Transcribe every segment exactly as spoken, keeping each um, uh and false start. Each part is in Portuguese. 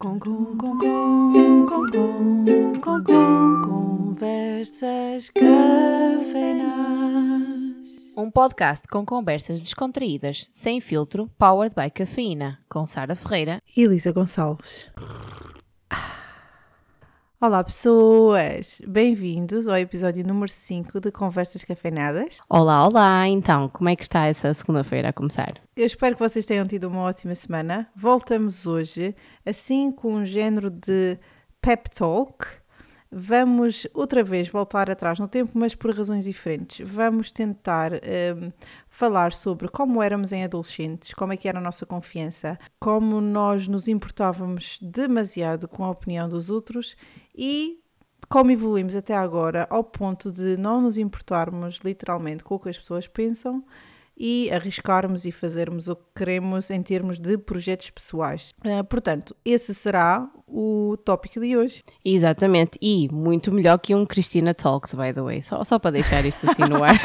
Com, com, com, com, com, com, com, com, conversas cafeinadas. Um podcast com conversas descontraídas, sem filtro, powered by cafeína, com Sara Ferreira e Elisa Gonçalves. Olá pessoas, bem-vindos ao episódio número cinco de Conversas Cafeinadas. Olá, olá, então, como é que está essa segunda-feira a começar? Eu espero que vocês tenham tido uma ótima semana. Voltamos hoje, assim com um género de pep talk. Vamos outra vez voltar atrás no tempo, mas por razões diferentes. Vamos tentar um, falar sobre como éramos em adolescentes, como é que era a nossa confiança, como nós nos importávamos demasiado com a opinião dos outros e como evoluímos até agora ao ponto de não nos importarmos literalmente com o que as pessoas pensam e arriscarmos e fazermos o que queremos em termos de projetos pessoais. Uh, portanto, esse será o tópico de hoje. Exatamente, e muito melhor que um Cristina Talks, by the way, só, só para deixar isto assim no ar.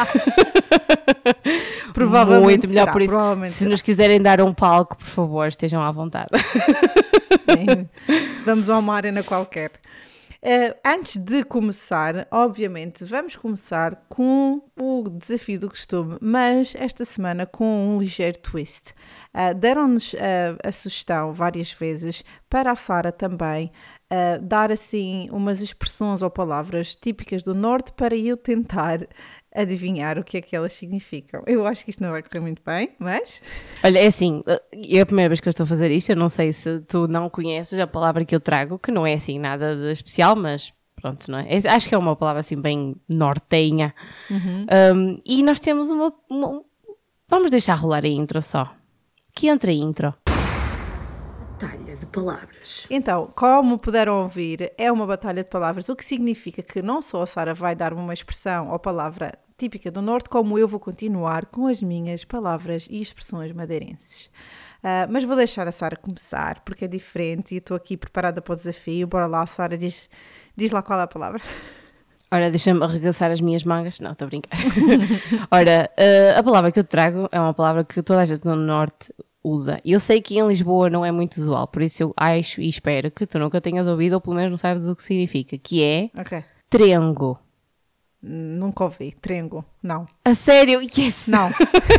Provavelmente muito melhor, será, por isso, se será. nos quiserem dar um palco, por favor, estejam à vontade. Sim, vamos a uma arena qualquer. Uh, antes de começar, obviamente, vamos começar com o desafio do costume, mas esta semana com um ligeiro twist. Uh, deram-nos uh, a sugestão várias vezes para a Sara também uh, dar assim umas expressões ou palavras típicas do Norte para eu tentar adivinhar o que é que elas significam. Eu acho que isto não vai correr muito bem, mas... Olha, é assim, é a primeira vez que eu estou a fazer isto, eu não sei se tu não conheces a palavra que eu trago, que não é assim nada de especial, mas pronto, não é? É, acho que é uma palavra assim bem nortenha. Uhum. Um, e nós temos uma, uma... Vamos deixar rolar a intro só. Que entra a intro. Batalha de palavras. Então, como puderam ouvir, é uma batalha de palavras, o que significa que não só a Sara vai dar uma expressão ou palavra típica do Norte, como eu vou continuar com as minhas palavras e expressões madeirenses. Uh, mas vou deixar a Sara começar, porque é diferente e estou aqui preparada para o desafio. Bora lá, Sara, diz, diz lá qual é a palavra. Ora, deixa-me arregaçar as minhas mangas. Não, estou a brincar. Ora, uh, a palavra que eu trago é uma palavra que toda a gente no Norte usa. Eu sei que em Lisboa não é muito usual, por isso eu acho e espero que tu nunca tenhas ouvido ou pelo menos não sabes o que significa, que é okay. Trengo. Nunca ouvi. Trengo. Não. A sério? Yes! Não.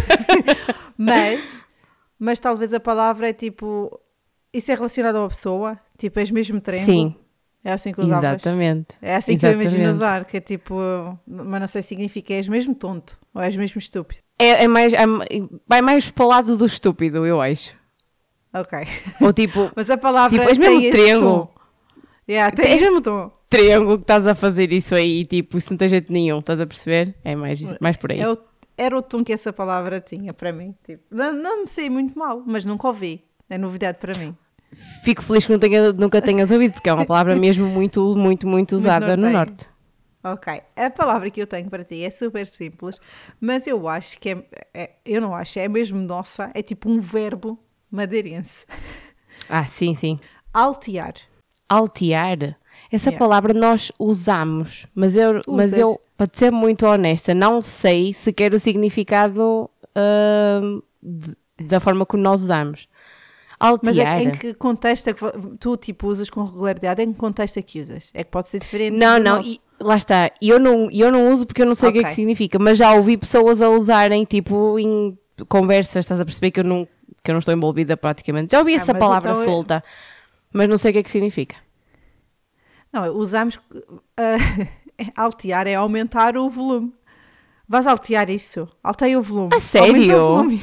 mas, mas talvez a palavra é tipo... Isso é relacionado a uma pessoa? Tipo, és mesmo trengo? Sim. É assim que usavas? Exatamente. É assim Exatamente. que eu imagino usar, que é tipo... Mas não sei se significa és mesmo tonto ou és mesmo estúpido. É, é mais... É, vai mais para o lado do estúpido, eu acho. Ok. Ou tipo... mas a palavra tipo, és tem mesmo esse trengo. tom. Yeah, tem és esse mesmo tom. Trengo que estás a fazer isso aí, tipo, isso não tem jeito nenhum, estás a perceber? É mais, mais por aí. É o, era o tom que essa palavra tinha para mim. Tipo, não, não me sei muito mal, mas nunca ouvi. É novidade para mim. Fico feliz que não tenha, nunca tenhas ouvido, porque é uma palavra mesmo muito, muito, muito usada muito no Norte. Ok. A palavra que eu tenho para ti é super simples, mas eu acho que é, é... Eu não acho, é mesmo nossa, é tipo um verbo madeirense. Ah, sim, sim. Altear. Altear? Essa Yeah. palavra nós usamos, mas eu, mas eu, para ser muito honesta, não sei sequer o significado uh, de, da forma como nós usamos. Altear. Mas é, em que contexto é que tu tipo, usas com regularidade? Em que contexto é que usas? É que pode ser diferente? Não, não, e, lá está. Eu não, eu não uso porque eu não sei okay. o que é que significa, mas já ouvi pessoas a usarem, tipo, em conversas, estás a perceber que eu não, que eu não estou envolvida praticamente. Já ouvi ah, essa palavra então solta, é... mas não sei o que é que significa. Não, usamos... Uh, altear é aumentar o volume. Vais altear isso? Alteia o volume. A sério? O volume.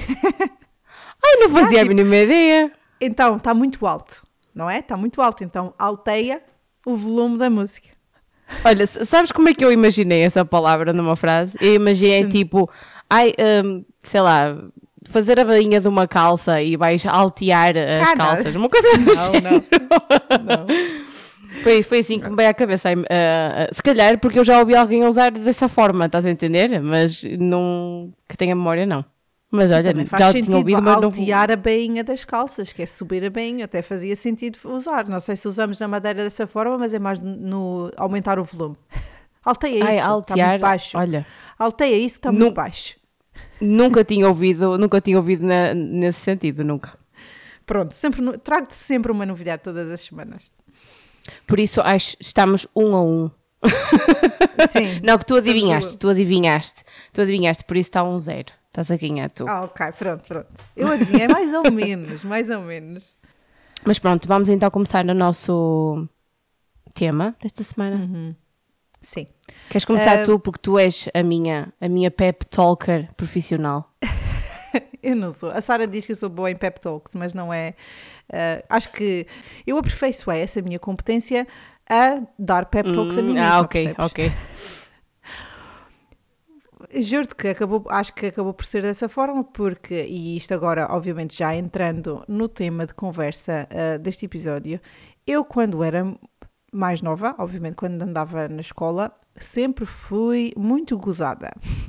Ai, não fazia ah, tipo... a mínima ideia. Então, está muito alto, não é? Está muito alto, então alteia o volume da música. Olha, sabes como é que eu imaginei essa palavra numa frase? Eu imaginei tipo, ai, um, sei lá, fazer a bainha de uma calça e vais altear as Cara. calças. Uma coisa do género. Não, não. Foi, foi assim que me veio à cabeça. Uh, uh, se calhar porque eu já ouvi alguém usar dessa forma, estás a entender? Mas não, que tenha memória, não. Mas olha, também faz já sentido tinha ouvido, mas altear não... a bainha das calças, que é subir a bainha, até fazia sentido usar. Não sei se usamos na madeira dessa forma, mas é mais no aumentar o volume. Alteia Ai, isso, altear, está muito baixo. Olha, alteia isso, está muito baixo. Nunca tinha ouvido, nunca tinha ouvido na, nesse sentido, nunca. Pronto, sempre, no- trago-te sempre uma novidade todas as semanas. Por isso, acho estamos um a um. Sim. Não, que tu estamos adivinhaste, um- tu adivinhaste. Tu adivinhaste, por isso está um zero. Estás a ganhar tu. Ah, ok, pronto, pronto. Eu adivinhei mais ou menos, mais ou menos. Mas pronto, vamos então começar no nosso tema desta semana. Sim. Queres começar Ah, tu, porque tu és a minha, a minha pep talker profissional. Eu não sou. A Sara diz que eu sou boa em pep talks, mas não é. eh, acho que eu aperfeiçoei essa minha competência a dar pep talks a mim Hum, mesma, ah, ok, percebes? ok. Juro-te que acabou, acho que acabou por ser dessa forma, porque, e isto agora, obviamente, já entrando no tema de conversa eh, deste episódio, eu, quando era mais nova, obviamente, quando andava na escola, sempre fui muito gozada.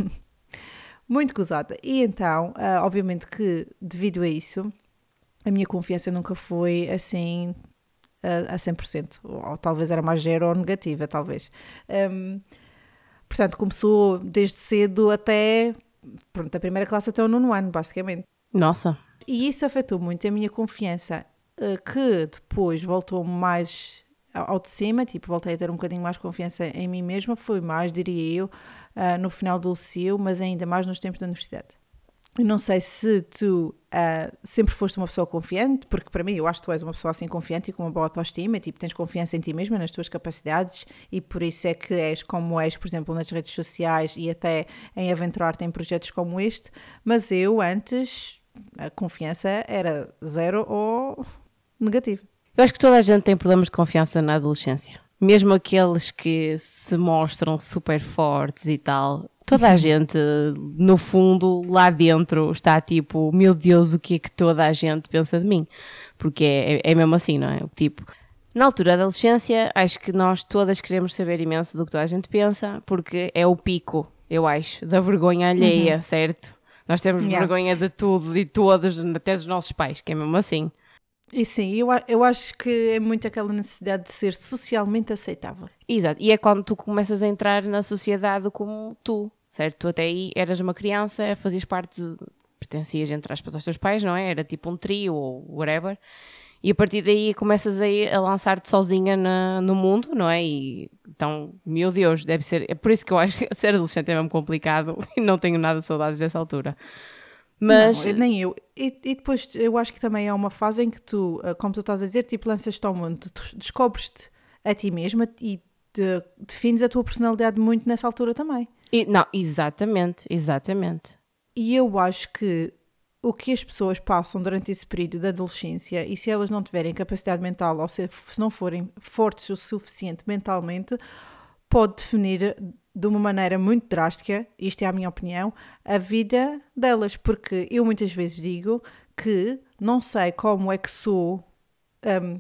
Muito gozada. E então, ah, obviamente que devido a isso, a minha confiança nunca foi assim a, a cem por cento. Ou, ou talvez era mais zero ou negativa, talvez. Hum, portanto, começou desde cedo até, pronto, a primeira classe até o nono ano, basicamente. Nossa. E isso afetou muito a minha confiança, ah, que depois voltou mais ao ao de cima, tipo, voltei a ter um bocadinho mais confiança em mim mesma, foi mais, diria eu, ah, no final do liceu, mas ainda mais nos tempos da universidade. Eu não sei se tu ah, sempre foste uma pessoa confiante, porque para mim eu acho que tu és uma pessoa assim confiante e com uma boa autoestima, tipo, tens confiança em ti mesma, nas tuas capacidades, e por isso é que és como és, por exemplo, nas redes sociais e até em aventurar-te em projetos como este, mas eu antes a confiança era zero ou negativa. Eu acho que toda a gente tem problemas de confiança na adolescência. Mesmo aqueles que se mostram super fortes e tal. Toda a gente, no fundo, lá dentro, está tipo, meu Deus, o que é que toda a gente pensa de mim? Porque é, é, é mesmo assim, não é? Tipo, na altura da adolescência, acho que nós todas queremos saber imenso do que toda a gente pensa, porque é o pico, eu acho, da vergonha alheia, certo? Nós temos Yeah. vergonha de tudo e todos, até dos nossos pais, que é mesmo assim. E sim, eu, a- eu acho que é muito aquela necessidade de ser socialmente aceitável. Exato, e é quando tu começas a entrar na sociedade como tu, certo? Tu até aí eras uma criança, fazias parte, de, pertencias entre aspas aos teus pais, não é? Era tipo um trio ou whatever, e a partir daí começas a, ir a lançar-te sozinha na, no mundo, não é? E então, meu Deus, deve ser, é por isso que eu acho que ser adolescente é mesmo complicado e não tenho nada de saudades dessa altura. Mas, Não, eu- nem eu. E, e depois eu acho que também é uma fase em que tu, ah, como tu estás a dizer, tipo, lanças-te ao mundo, tu descobres-te a ti mesma e te- defines a tua personalidade muito nessa altura também. e- não, exatamente, exatamente. E eu acho que o que as pessoas passam durante esse período da adolescência, e se elas não tiverem capacidade mental ou se, se não forem fortes o suficiente mentalmente, pode definir de uma maneira muito drástica, isto é a minha opinião, a vida delas. Porque eu muitas vezes digo que não sei como é que sou, hum,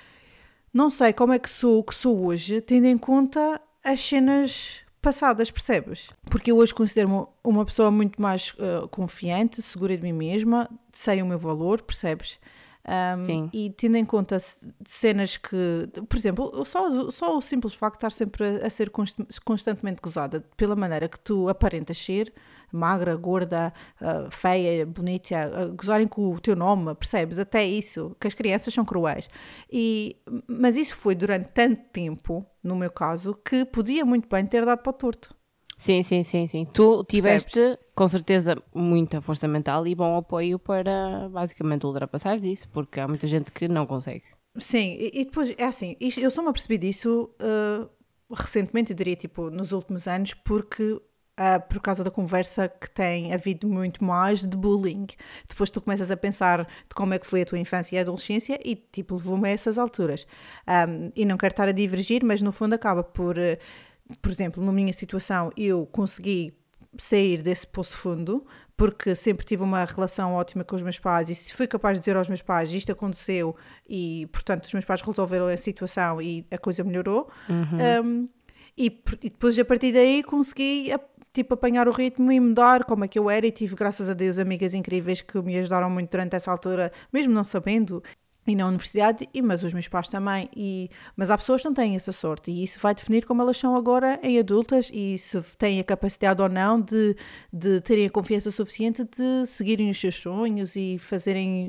não sei como é que sou o que sou hoje, tendo em conta as cenas passadas, percebes? Porque eu hoje considero-me uma pessoa muito mais uh, confiante, segura de mim mesma, sei o meu valor, percebes? Um, Sim. E tendo em conta c- cenas que, por exemplo, só, só o simples facto de estar sempre a, a ser const- constantemente gozada pela maneira que tu aparentas ser, magra, gorda, uh, feia, bonita, uh, gozarem com o teu nome, percebes? Até isso, que as crianças são cruéis. E, mas isso foi durante tanto tempo, no meu caso, que podia muito bem ter dado para o torto. Sim, sim, sim, sim. Tu tiveste, com certeza, muita força mental e bom apoio para, basicamente, ultrapassares isso, porque há muita gente que não consegue. Sim, e, e depois, é assim, isto- eu só me apercebi disso uh, recentemente, eu diria, tipo, nos últimos anos, porque uh, por causa da conversa que tem havido muito mais de bullying. Depois tu começas a pensar de como é que foi a tua infância e adolescência e, tipo, levou-me a essas alturas. Um, e não quero estar a divergir, mas no fundo acaba por, uh, por exemplo, na minha situação, eu consegui sair desse poço fundo, porque sempre tive uma relação ótima com os meus pais e se fui capaz de dizer aos meus pais isto aconteceu e, portanto, os meus pais resolveram a situação e a coisa melhorou. Um, e, e depois, a partir daí, consegui, tipo, apanhar o ritmo e mudar como é que eu era e tive, graças a Deus, amigas incríveis que me ajudaram muito durante essa altura, mesmo não sabendo, e na universidade, e, mas os meus pais também, e, mas há pessoas que não têm essa sorte e isso vai definir como elas são agora em adultas e se têm a capacidade ou não de, de terem a confiança suficiente de seguirem os seus sonhos e fazerem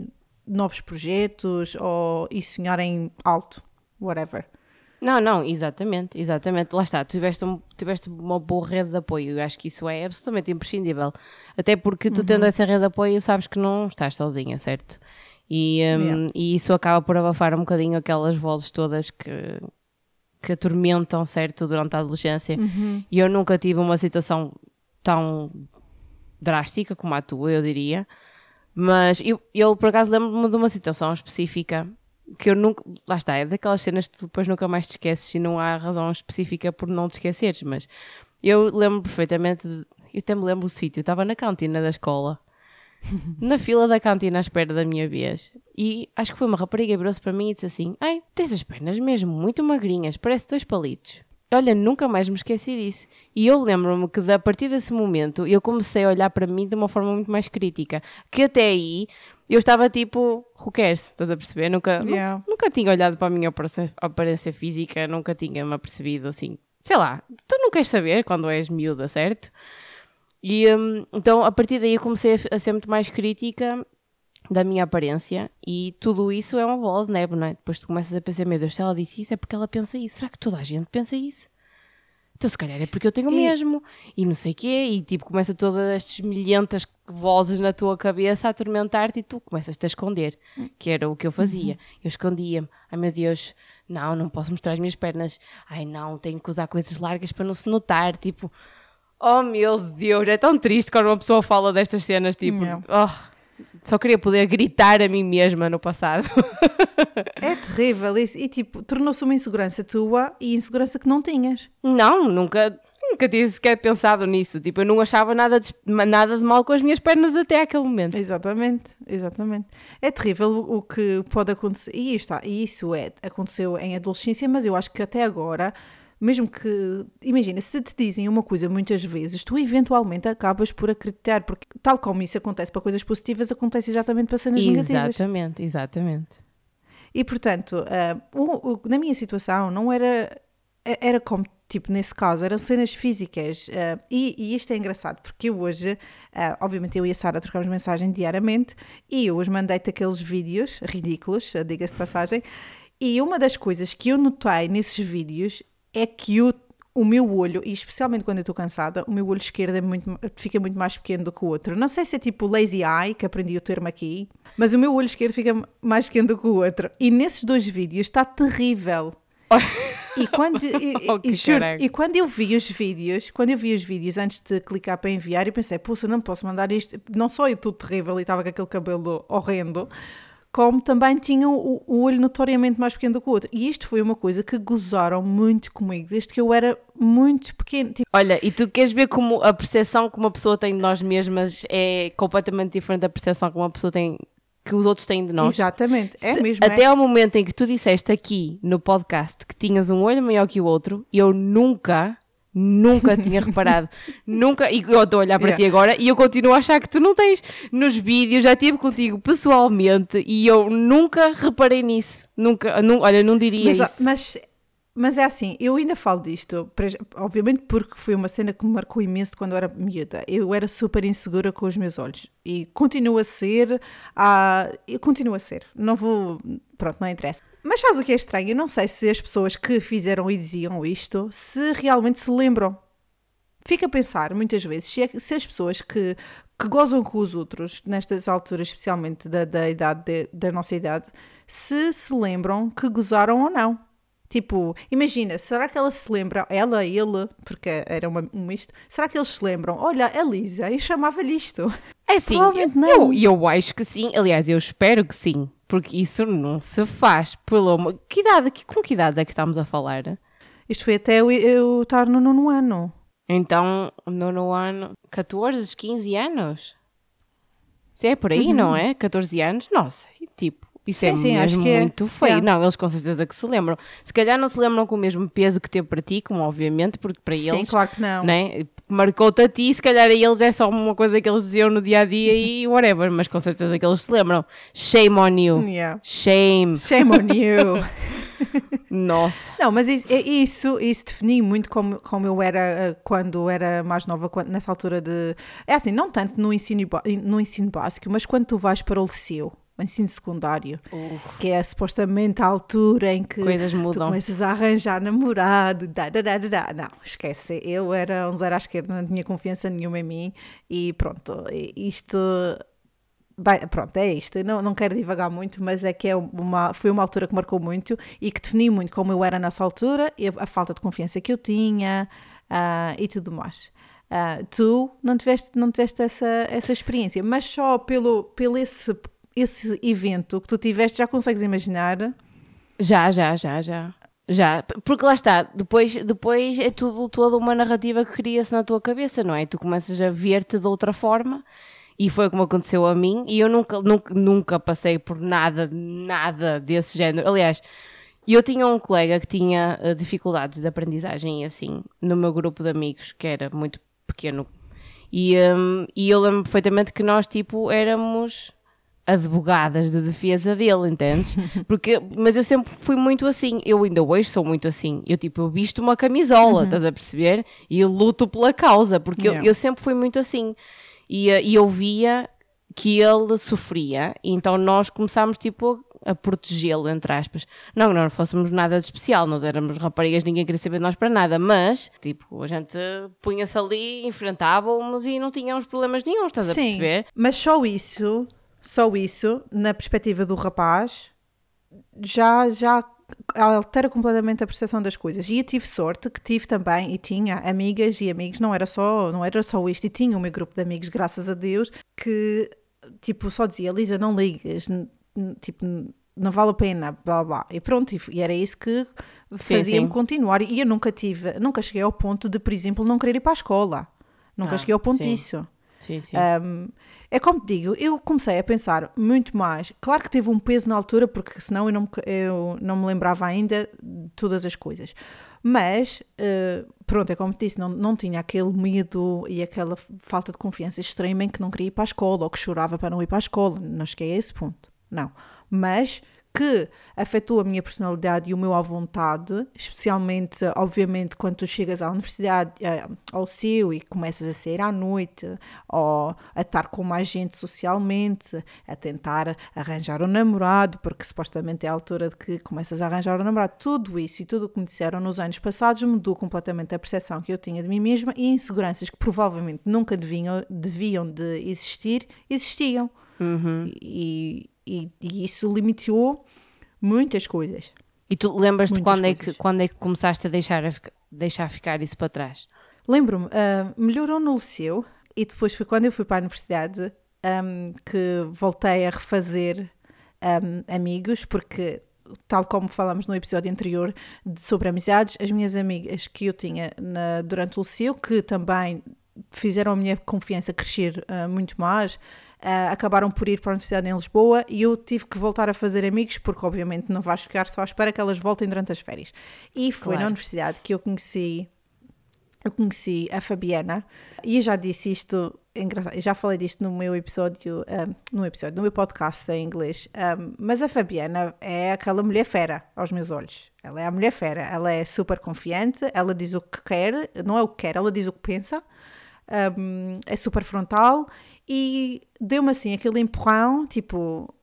novos projetos ou e sonharem alto, whatever. Não, não, exatamente, exatamente. Lá está, tu tiveste, um, tiveste uma boa rede de apoio. Eu acho que isso é absolutamente imprescindível. Até porque tu, uhum. tendo essa rede de apoio, sabes que não estás sozinha, certo? E, um, yeah. e isso acaba por abafar um bocadinho aquelas vozes todas que, que atormentam, certo, durante a adolescência. Uhum. E eu nunca tive uma situação tão drástica como a tua, eu diria. Mas eu, eu por acaso, lembro-me de uma situação específica que eu nunca, lá está, é daquelas cenas que depois nunca mais te esqueces e não há razão específica por não te esqueceres, mas eu lembro perfeitamente, de, eu até me lembro o sítio, eu estava na cantina da escola, na fila da cantina à espera da minha vez, e acho que foi uma rapariga, virou-se para mim e disse assim, ai, tens as pernas mesmo muito magrinhas, parece dois palitos. Olha, nunca mais me esqueci disso. E eu lembro-me que a partir desse momento eu comecei a olhar para mim de uma forma muito mais crítica, que até aí eu estava tipo, who cares, estás a perceber? Nunca, yeah. nu- nunca tinha olhado para a minha aparência, aparência física, nunca tinha me apercebido assim, sei lá, tu não queres saber quando és miúda, certo? E um, então a partir daí eu comecei a, a ser muito mais crítica da minha aparência e tudo isso é uma bola de neve, não é? Depois tu começas a pensar, meu Deus, se ela disse isso é porque ela pensa isso, será que toda a gente pensa isso? Então se calhar é porque eu tenho o e... mesmo e não sei o quê, e tipo começa todas estas milhentas vozes na tua cabeça a atormentar-te e tu começas-te a esconder, que era o que eu fazia. Uhum. Eu escondia-me, ai meu Deus, não, não posso mostrar as minhas pernas, ai não, tenho que usar coisas largas para não se notar, tipo, oh meu Deus, é tão triste quando uma pessoa fala destas cenas, tipo, yeah. oh, só queria poder gritar a mim mesma no passado. É terrível isso. E tipo, tornou-se uma insegurança tua e insegurança que não tinhas. Não, nunca, nunca tinha sequer pensado nisso. Tipo, eu não achava nada de, nada de mal com as minhas pernas até aquele momento. Exatamente, exatamente. É terrível o, o que pode acontecer. E está, e isso é, aconteceu em adolescência, mas eu acho que até agora, mesmo que, imagina, se te dizem uma coisa muitas vezes, tu eventualmente acabas por acreditar, porque tal como isso acontece para coisas positivas, acontece exatamente para cenas exatamente, negativas. Exatamente, exatamente. E portanto, uh, o, o, na minha situação não era, era como, tipo, nesse caso, eram cenas físicas, uh, e, e isto é engraçado, porque eu hoje, uh, obviamente eu e a Sara trocamos mensagem diariamente, e eu hoje mandei-te aqueles vídeos ridículos, uh, diga-se de passagem, e uma das coisas que eu notei nesses vídeos é que o, o meu olho, e especialmente quando eu estou cansada, o meu olho esquerdo é muito, fica muito mais pequeno do que o outro. Não sei se é tipo lazy eye, que aprendi o termo aqui, mas o meu olho esquerdo fica mais pequeno do que o outro. E nesses dois vídeos está terrível. E quando, e, oh, e, juro, e quando eu vi os vídeos, quando eu vi os vídeos antes de clicar para enviar, eu pensei, poxa, não posso mandar isto. Não só eu tudo terrível e estava com aquele cabelo horrendo, como também tinham o, o olho notoriamente mais pequeno do que o outro. E isto foi uma coisa que gozaram muito comigo, desde que eu era muito pequeno. Tipo... Olha, e tu queres ver como a percepção que uma pessoa tem de nós mesmas é completamente diferente da percepção que uma pessoa tem, que os outros têm de nós? Exatamente, é Se, mesmo. Até é. ao momento em que tu disseste aqui no podcast que tinhas um olho maior que o outro, eu nunca... Nunca tinha reparado, nunca, e eu estou a olhar para yeah. ti agora e eu continuo a achar que tu não tens. Nos vídeos já estive contigo pessoalmente e eu nunca reparei nisso, nunca, não, olha, não diria mas, isso. Mas, mas é assim, eu ainda falo disto, obviamente porque foi uma cena que me marcou imenso quando eu era miúda. Eu era super insegura com os meus olhos e continuo a ser, a, eu continuo a ser, não vou, pronto, não interessa. Mas sabes o que é estranho? Eu não sei se as pessoas que fizeram e diziam isto, se realmente se lembram. Fica a pensar, muitas vezes, se, é, se as pessoas que, que gozam com os outros, nestas alturas, especialmente da, da, idade de, da nossa idade, se se lembram que gozaram ou não. Tipo, imagina, será que ela se lembra, ela, ele, porque era uma, um misto, será que eles se lembram? Olha, a Lisa, eu chamava-lhe isto. É sim, provavelmente não. Eu, eu acho que sim, aliás, eu espero que sim. Porque isso não se faz pelo... Que idade, com que idade é que estamos a falar? Isto foi até eu, eu estar no nono ano. Então, nono ano... catorze, quinze anos? Se é por aí, uhum. não é? catorze anos? Nossa, tipo... Isso sim, é sim, mesmo acho que muito é. feio. É. Não, eles com certeza que se lembram. Se calhar não se lembram com o mesmo peso que teve para ti, como obviamente, porque para sim, eles... Sim, claro que não. Né, marcou-te a ti, se calhar a eles é só uma coisa que eles diziam no dia-a-dia e whatever, mas com certeza que eles se lembram. Shame on you. Yeah. Shame. Shame on you. Nossa. Não, mas isso, isso, isso defini muito como, como eu era quando era mais nova, quando, nessa altura de... É assim, não tanto no ensino, no ensino básico, mas quando tu vais para o liceu. o ensino secundário, Uh. que é supostamente a altura em que Coisas tu mudam. começas a arranjar namorado, da, da, da, da, da. Não, esquece, eu era um zero à esquerda, não tinha confiança nenhuma em mim e pronto, isto... Bem, pronto, é isto, eu não, não quero divagar muito, mas é que é uma, foi uma altura que marcou muito e que definiu muito como eu era nessa altura e a, a falta de confiança que eu tinha uh, e tudo mais. Uh, tu não tiveste, não tiveste essa, essa experiência, mas só pelo, pelo esse, esse evento que tu tiveste já consegues imaginar? Já, já, já, já. Já, porque lá está, depois, depois é tudo, toda uma narrativa que cria-se na tua cabeça, não é? Tu começas a ver-te de outra forma. E foi como aconteceu a mim, e eu nunca, nunca, nunca passei por nada, nada desse género. Aliás, eu tinha um colega que tinha uh, dificuldades de aprendizagem, assim, no meu grupo de amigos, que era muito pequeno. E, um, e eu lembro perfeitamente que nós, tipo, éramos advogadas de defesa dele, entendes? Porque, mas eu sempre fui muito assim, eu ainda hoje sou muito assim. Eu, tipo, eu visto uma camisola, uhum. Estás a perceber? E luto pela causa, porque yeah. eu, eu sempre fui muito assim. E, e eu via que ele sofria, e então nós começámos tipo a protegê-lo, entre aspas. Não que não fôssemos nada de especial, nós éramos raparigas, ninguém queria saber de nós para nada, mas tipo, a gente punha-se ali, enfrentávamos e não tínhamos problemas nenhum, estás a perceber? Sim, mas só isso, só isso, na perspectiva do rapaz, já, já altera completamente a percepção das coisas. E eu tive sorte que tive também, e tinha amigas e amigos, não era só, não era só isto, e tinha o meu grupo de amigos, graças a Deus, que tipo só dizia, Lisa, não ligas, n- n- tipo, não vale a pena, blá blá, e pronto, e, e era isso que fazia-me continuar. E eu nunca tive, nunca cheguei ao ponto de, por exemplo, não querer ir para a escola, nunca ah, cheguei ao ponto sim. disso. Sim, sim. Um, é como te digo, eu comecei a pensar muito mais. Claro que teve um peso na altura, porque senão eu não, eu não me lembrava ainda de todas as coisas. Mas, uh, pronto, é como te disse, não, não tinha aquele medo e aquela falta de confiança extrema em que não queria ir para a escola ou que chorava para não ir para a escola. Não cheguei a esse ponto, não. Mas que afetou a minha personalidade e o meu à vontade, especialmente, obviamente, quando tu chegas à universidade, ao C I U e começas a sair à noite, ou a estar com mais gente socialmente, a tentar arranjar um namorado, porque supostamente é a altura de que começas a arranjar um namorado. Tudo isso e tudo o que me disseram nos anos passados mudou completamente a percepção que eu tinha de mim mesma, e inseguranças que provavelmente nunca deviam, deviam de existir, existiam. Uhum. E, e, e isso limitou muitas coisas. E tu lembras-te quando é, que, quando é que começaste a deixar, a deixar ficar isso para trás? Lembro-me, uh, melhorou no liceu, e depois foi quando eu fui para a universidade um, que voltei a refazer um, amigos, porque tal como falámos no episódio anterior de, sobre amizades, as minhas amigas que eu tinha na, durante o liceu, que também fizeram a minha confiança crescer uh, muito mais, Uh, acabaram por ir para a Universidade em Lisboa, e eu tive que voltar a fazer amigos, porque obviamente não vais ficar só à espera que elas voltem durante as férias. E foi claro. Na universidade que eu conheci, eu conheci a Fabiana, e eu já disse isto, engraçado, eu já falei disto no meu episódio, um, no episódio, no meu podcast em inglês, um, mas a Fabiana é aquela mulher fera aos meus olhos. Ela é a mulher fera, ela é super confiante, ela diz o que quer, não é o que quer, ela diz o que pensa, um, é super frontal, e deu-me assim aquele empurrão, tipo,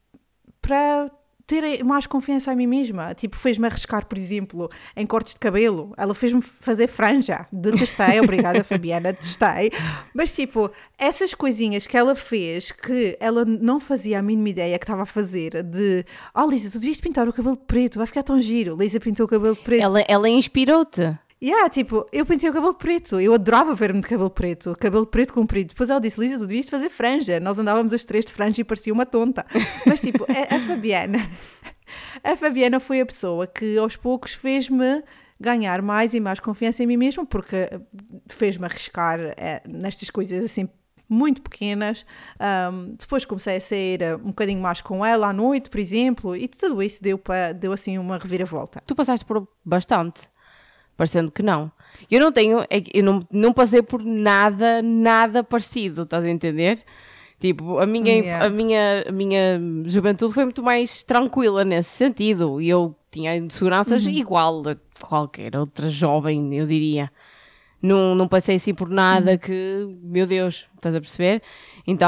para ter mais confiança em mim mesma. Tipo, fez-me arriscar, por exemplo, em cortes de cabelo. Ela fez-me fazer franja. Detestei, obrigada Fabiana, detestei. Mas tipo, essas coisinhas que ela fez, que ela não fazia a mínima ideia que estava a fazer, de, oh Lisa, tu devias pintar o cabelo preto, vai ficar tão giro. Lisa pintou o cabelo preto. Ela, ela inspirou-te. Yeah, tipo, eu pintei o cabelo preto, eu adorava ver-me de cabelo preto, cabelo preto comprido. Depois ela disse, Lisa, tu devias fazer franja. Nós andávamos as três de franja e parecia uma tonta. Mas tipo, a, a Fabiana, a Fabiana foi a pessoa que aos poucos fez-me ganhar mais e mais confiança em mim mesma, porque fez-me arriscar é, nestas coisas assim muito pequenas. Um, depois comecei a sair um bocadinho mais com ela à noite, por exemplo, e tudo isso deu, pra, deu assim uma reviravolta. Tu passaste por bastante. Parecendo que não. Eu não tenho, eu não, não passei por nada, nada parecido, estás a entender? Tipo, a minha, yeah. a minha, a minha juventude foi muito mais tranquila nesse sentido, e eu tinha inseguranças uhum. igual a qualquer outra jovem, eu diria. Não, não passei assim por nada uhum. que, meu Deus, estás a perceber? Então,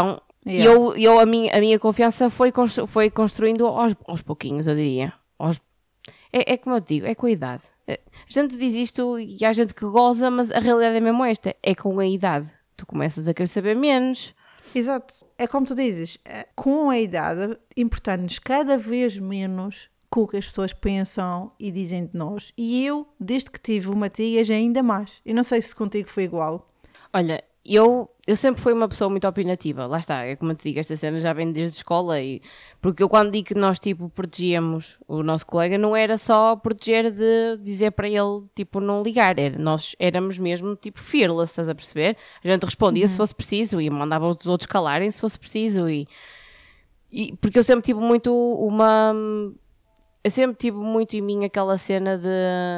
E eu, eu, a, minha, a minha confiança foi, constru, foi construindo aos, aos pouquinhos, eu diria. Aos, é, é como eu digo, é com a idade. A gente diz isto e há gente que goza, mas a realidade é mesmo esta. É com a idade. Tu começas a querer saber menos. Exato. É como tu dizes, com a idade, importa-nos cada vez menos com o que as pessoas pensam e dizem de nós. E eu, desde que tive o Matias, ainda mais. Eu não sei se contigo foi igual. Olha, eu, eu sempre fui uma pessoa muito opinativa. Lá está, é como eu te digo, esta cena já vem desde a escola. E, porque eu quando digo que nós, tipo, protegíamos o nosso colega, não era só proteger de dizer para ele, tipo, não ligar. Era, nós éramos mesmo, tipo, fearless, estás a perceber? A gente respondia uhum. se fosse preciso e mandava os outros calarem se fosse preciso. E, e, porque eu sempre tive muito uma... Eu sempre tive muito em mim aquela cena de...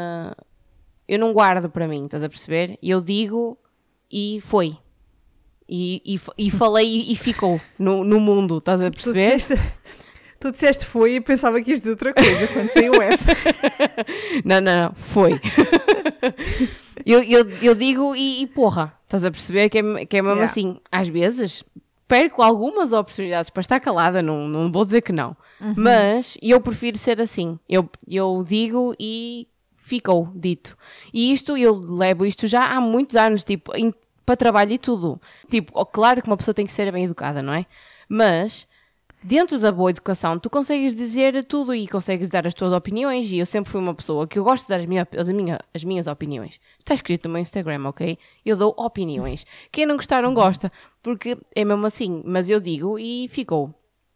Eu não guardo para mim, estás a perceber? E eu digo... E foi. E, e, e falei e, e ficou no, no mundo, estás a perceber? Tu disseste, tu disseste foi e pensava que isto de outra coisa, quando saiu o F. Não, não, não, foi. eu, eu, eu digo e, e porra, estás a perceber que é, que é mesmo yeah. assim. Às vezes perco algumas oportunidades para estar calada, não, não vou dizer que não. Uhum. Mas eu prefiro ser assim. Eu, eu digo e... ficou dito. E isto, eu levo isto já há muitos anos, tipo, em, para trabalho e tudo. Tipo, claro que uma pessoa tem que ser bem educada, não é? Mas, dentro da boa educação, tu consegues dizer tudo e consegues dar as tuas opiniões. E eu sempre fui uma pessoa que eu gosto de dar as, minha, as, minha, as minhas opiniões. Está escrito no meu Instagram, ok? Eu dou opiniões. Quem não gostar, não gosta. Porque é mesmo assim. Mas eu digo e ficou.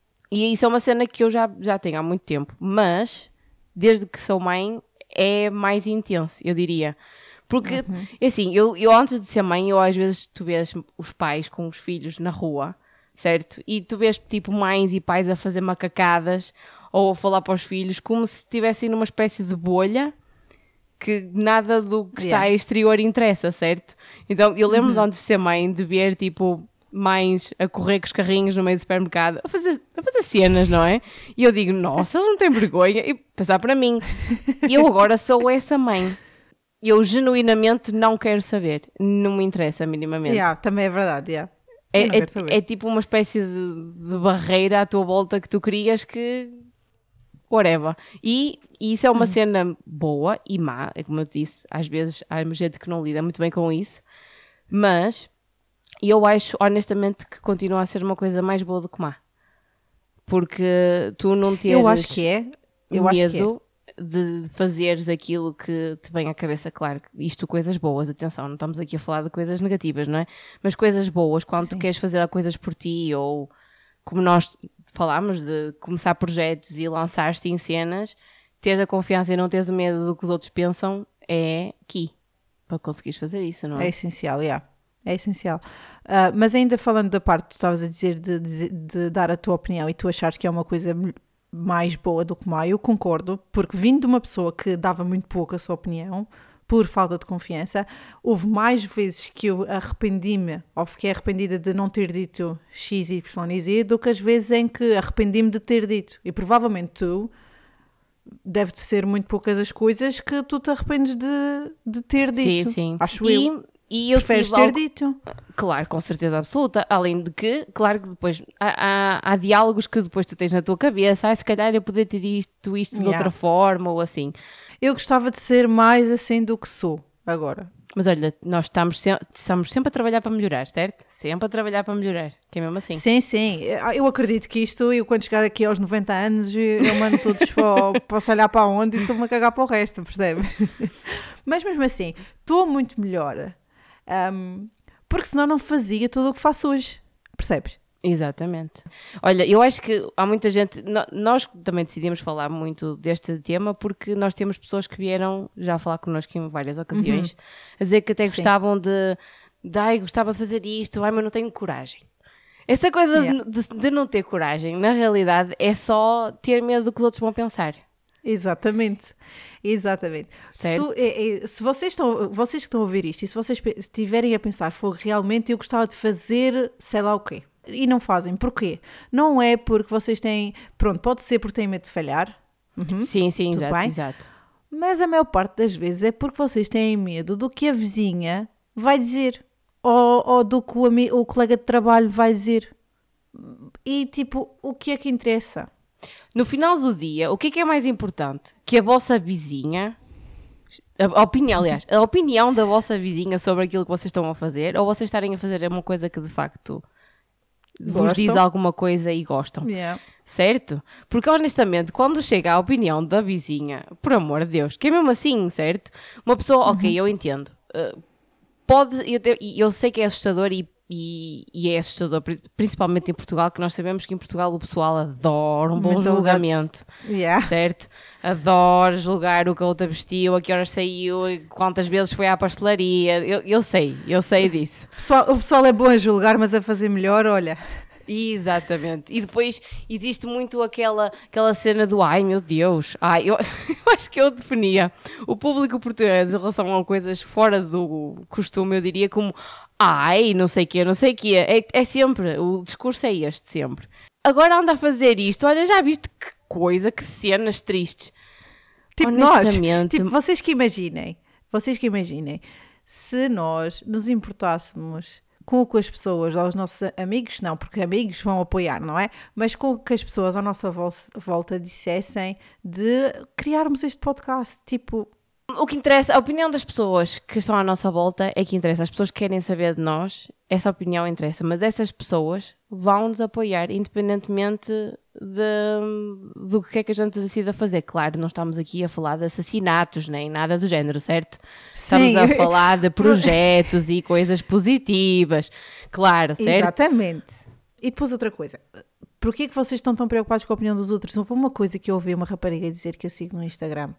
E isso é uma cena que eu já, já tenho há muito tempo. Mas, desde que sou mãe... é mais intenso, eu diria. Porque, uhum. assim, eu, eu antes de ser mãe, eu às vezes, tu vês os pais com os filhos na rua, certo? E tu vês, tipo, mães e pais a fazer macacadas ou a falar para os filhos como se estivessem numa espécie de bolha que nada do que está yeah. exterior interessa, certo? Então, eu lembro-me uhum. de antes de ser mãe, de ver, tipo... mães a correr com os carrinhos no meio do supermercado, a fazer, a fazer cenas, não é? E eu digo, nossa, eles não têm vergonha. E pensar para mim, eu agora sou essa mãe. Eu genuinamente não quero saber. Não me interessa minimamente. Yeah, também é verdade, yeah. é, é, é tipo uma espécie de, de barreira à tua volta que tu crias que... whatever. E, e isso é uma hum. cena boa e má, é como eu disse, às vezes há gente que não lida muito bem com isso, mas... E eu acho, honestamente, que continua a ser uma coisa mais boa do que má. Porque tu não teres eu acho que é. eu medo acho que é. de fazeres aquilo que te vem à cabeça. Claro, isto coisas boas, atenção, não estamos aqui a falar de coisas negativas, não é? Mas coisas boas, quando Sim. tu queres fazer coisas por ti, ou como nós falámos, de começar projetos e lançar-te em cenas, teres a confiança e não teres o medo do que os outros pensam, é key para conseguires fazer isso, não é? É essencial, já. Yeah. É essencial. Uh, mas ainda falando da parte que tu estavas a dizer de, de, de dar a tua opinião e tu achares que é uma coisa mais boa do que má, eu concordo, porque vindo de uma pessoa que dava muito pouco a sua opinião, por falta de confiança, houve mais vezes que eu arrependi-me ou fiquei arrependida de não ter dito X, Y e Z do que as vezes em que arrependi-me de ter dito. E provavelmente tu deve ser muito poucas as coisas que tu te arrependes de, de ter dito. Sim, sim. Acho e... eu. E eu Preferes tive ter algo... dito? Claro, com certeza absoluta. Além de que, claro que depois há, há, há diálogos que depois tu tens na tua cabeça. Ah, se calhar eu podia ter dito isto de yeah. outra forma ou assim. Eu gostava de ser mais assim do que sou agora. Mas olha, nós estamos, se... estamos sempre a trabalhar para melhorar, certo? Sempre a trabalhar para melhorar, que é mesmo assim. Sim, sim. Eu acredito que isto, eu quando chegar aqui aos noventa anos, eu mando todos para, posso olhar para onde e estou-me a cagar para o resto, percebe? Mas mesmo assim, estou muito melhor. Um, porque senão não fazia tudo o que faço hoje, percebes? Exatamente. Olha, eu acho que há muita gente, nós também decidimos falar muito deste tema porque nós temos pessoas que vieram já falar connosco em várias ocasiões, uhum. a dizer que até Sim. gostavam de, de ai, gostava de fazer isto, ai, mas não tenho coragem. Essa coisa yeah. de, de não ter coragem, na realidade, é só ter medo do que os outros vão pensar. Exatamente, exatamente. Se, tu, é, é, se vocês, estão, vocês que estão a ouvir isto e se vocês estiverem a pensar, foi realmente eu gostava de fazer sei lá o quê, e não fazem, porquê? Não é porque vocês têm, pronto, pode ser porque têm medo de falhar. Uhum, sim, sim, exato, bem? exato. Mas a maior parte das vezes é porque vocês têm medo do que a vizinha vai dizer, ou, ou do que o, o colega de trabalho vai dizer. e tipo, o que é que interessa? No final do dia, o que é que é mais importante? Que a vossa vizinha, a opinião, aliás, a opinião da vossa vizinha sobre aquilo que vocês estão a fazer, ou vocês estarem a fazer uma coisa que de facto Gostam. vos diz alguma coisa e gostam. Yeah. Certo? Porque honestamente, quando chega à opinião da vizinha, por amor de Deus, que é mesmo assim, certo? Uma pessoa, Uhum. ok, eu entendo. Uh, pode, eu, eu sei que é assustador e, e, e é assustador, principalmente em Portugal, que nós sabemos que em Portugal o pessoal adora um bom julgamento. Yeah. Certo? Adora julgar o que a outra vestiu, a que horas saiu, quantas vezes foi à pastelaria. Eu, eu sei, eu sei Sim. disso. O pessoal, o pessoal é bom a julgar, mas a fazer melhor, olha... Exatamente. E depois existe muito aquela, aquela cena do ai meu Deus, ai, eu, eu acho que eu definia o público português em relação a coisas fora do costume, eu diria como ai, não sei o quê, não sei o quê. É, é sempre, o discurso é este sempre. Agora anda a fazer isto, olha, já viste que coisa, que cenas tristes. Tipo nós, tipo, vocês que imaginem, vocês que imaginem, se nós nos importássemos com o que as pessoas, aos nossos amigos, não, porque amigos vão apoiar, não é? Mas com o que as pessoas à nossa volta dissessem de criarmos este podcast, tipo... O que interessa, a opinião das pessoas que estão à nossa volta é que interessa. As pessoas que querem saber de nós, essa opinião interessa, mas essas pessoas vão nos apoiar independentemente de, do que é que a gente decida fazer. Claro, não estamos aqui a falar de assassinatos nem nada do género, certo? Sim. Estamos a falar de projetos e coisas positivas, claro, certo? Exatamente. E depois outra coisa, porquê que vocês estão tão preocupados com a opinião dos outros? Houve uma coisa que eu ouvi uma rapariga dizer que eu sigo no Instagram,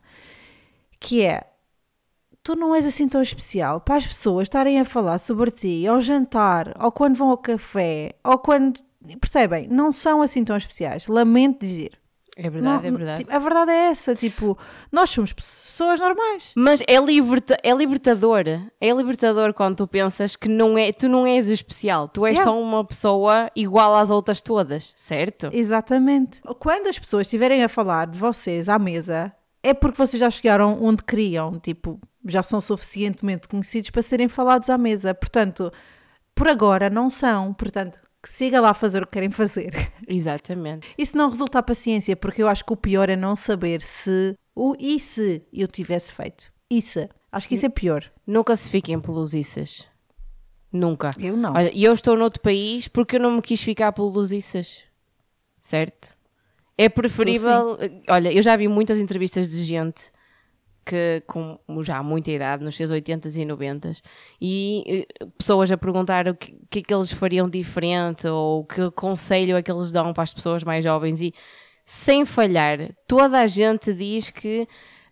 que é, tu não és assim tão especial para as pessoas estarem a falar sobre ti ao jantar, ou quando vão ao café, ou quando, percebem, não são assim tão especiais, lamento dizer. É verdade, não, é verdade. Tipo, a verdade é essa, tipo, nós somos pessoas normais. Mas é, liberta, é libertador, é libertador quando tu pensas que não é, tu não és especial, tu és Yeah. só uma pessoa igual às outras todas, certo? Exatamente. Quando as pessoas estiverem a falar de vocês à mesa, é porque vocês já chegaram onde queriam, tipo, já são suficientemente conhecidos para serem falados à mesa. Portanto, por agora não são. Portanto, que siga lá a fazer o que querem fazer. Exatamente. Isso não resulta a paciência, porque eu acho que o pior é não saber se, o, e se eu tivesse feito. E se? Acho que isso é pior. Nunca se fiquem pelos iças. Nunca. Eu não. Olha, eu estou noutro país porque eu não me quis ficar pelos iças. Certo? É preferível... Olha, eu já vi muitas entrevistas de gente que com já muita idade, nos seus oitentas e noventas, e pessoas a perguntar o que, que é que eles fariam diferente ou que conselho é que eles dão para as pessoas mais jovens, e sem falhar, toda a gente diz que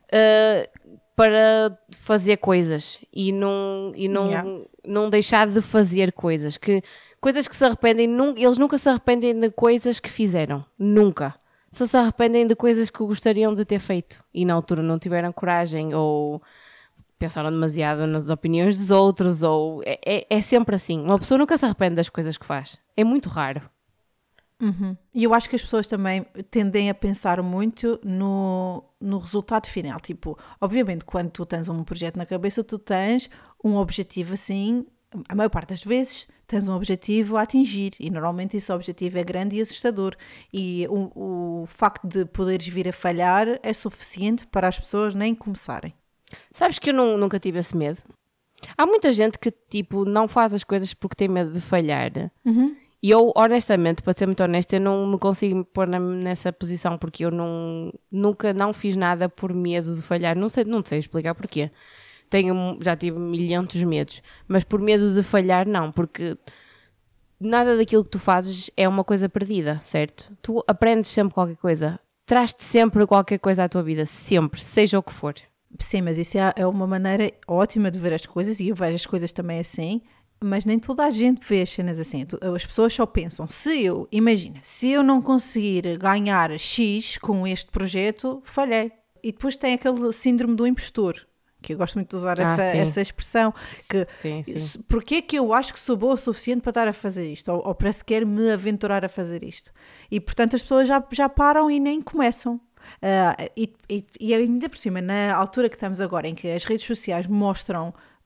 uh, para fazer coisas e não, e não, Yeah. não deixar de fazer coisas, que coisas que se arrependem, num, eles nunca se arrependem de coisas que fizeram, nunca. Só se arrependem de coisas que gostariam de ter feito e na altura não tiveram coragem ou pensaram demasiado nas opiniões dos outros, ou é, é, é sempre assim. Uma pessoa nunca se arrepende das coisas que faz. É muito raro. Uhum. E eu acho que as pessoas também tendem a pensar muito no, no resultado final. Tipo, obviamente, quando tu tens um projeto na cabeça, tu tens um objetivo assim, a maior parte das vezes tens um objetivo a atingir, e normalmente esse objetivo é grande e assustador, e o, o facto de poderes vir a falhar é suficiente para as pessoas nem começarem. Sabes que eu não, nunca tive esse medo? Há muita gente que tipo não faz as coisas porque tem medo de falhar. Uhum. E eu, honestamente, para ser muito honesta, eu não me consigo pôr na, nessa posição, porque eu não, nunca não fiz nada por medo de falhar. Não sei, não sei explicar porquê. Tenho, já tive milhentos de medos, mas por medo de falhar não, porque nada daquilo que tu fazes é uma coisa perdida, certo? Tu aprendes sempre qualquer coisa, traz-te sempre qualquer coisa à tua vida, sempre, seja o que for. Sim, mas isso é, é uma maneira ótima de ver as coisas, e eu vejo as coisas também assim, mas nem toda a gente vê as cenas assim. As pessoas só pensam, se eu, imagina, se eu não conseguir ganhar X com este projeto, falhei. E depois tem aquele síndrome do impostor, que eu gosto muito de usar Ah, essa, sim. essa expressão, que Sim, sim. porquê é que eu acho que sou boa o suficiente para estar a fazer isto, ou, ou para sequer me aventurar a fazer isto. E portanto as pessoas já, já param e nem começam. Uh, e, e, e ainda por cima, na altura que estamos agora, em que as redes sociais mostram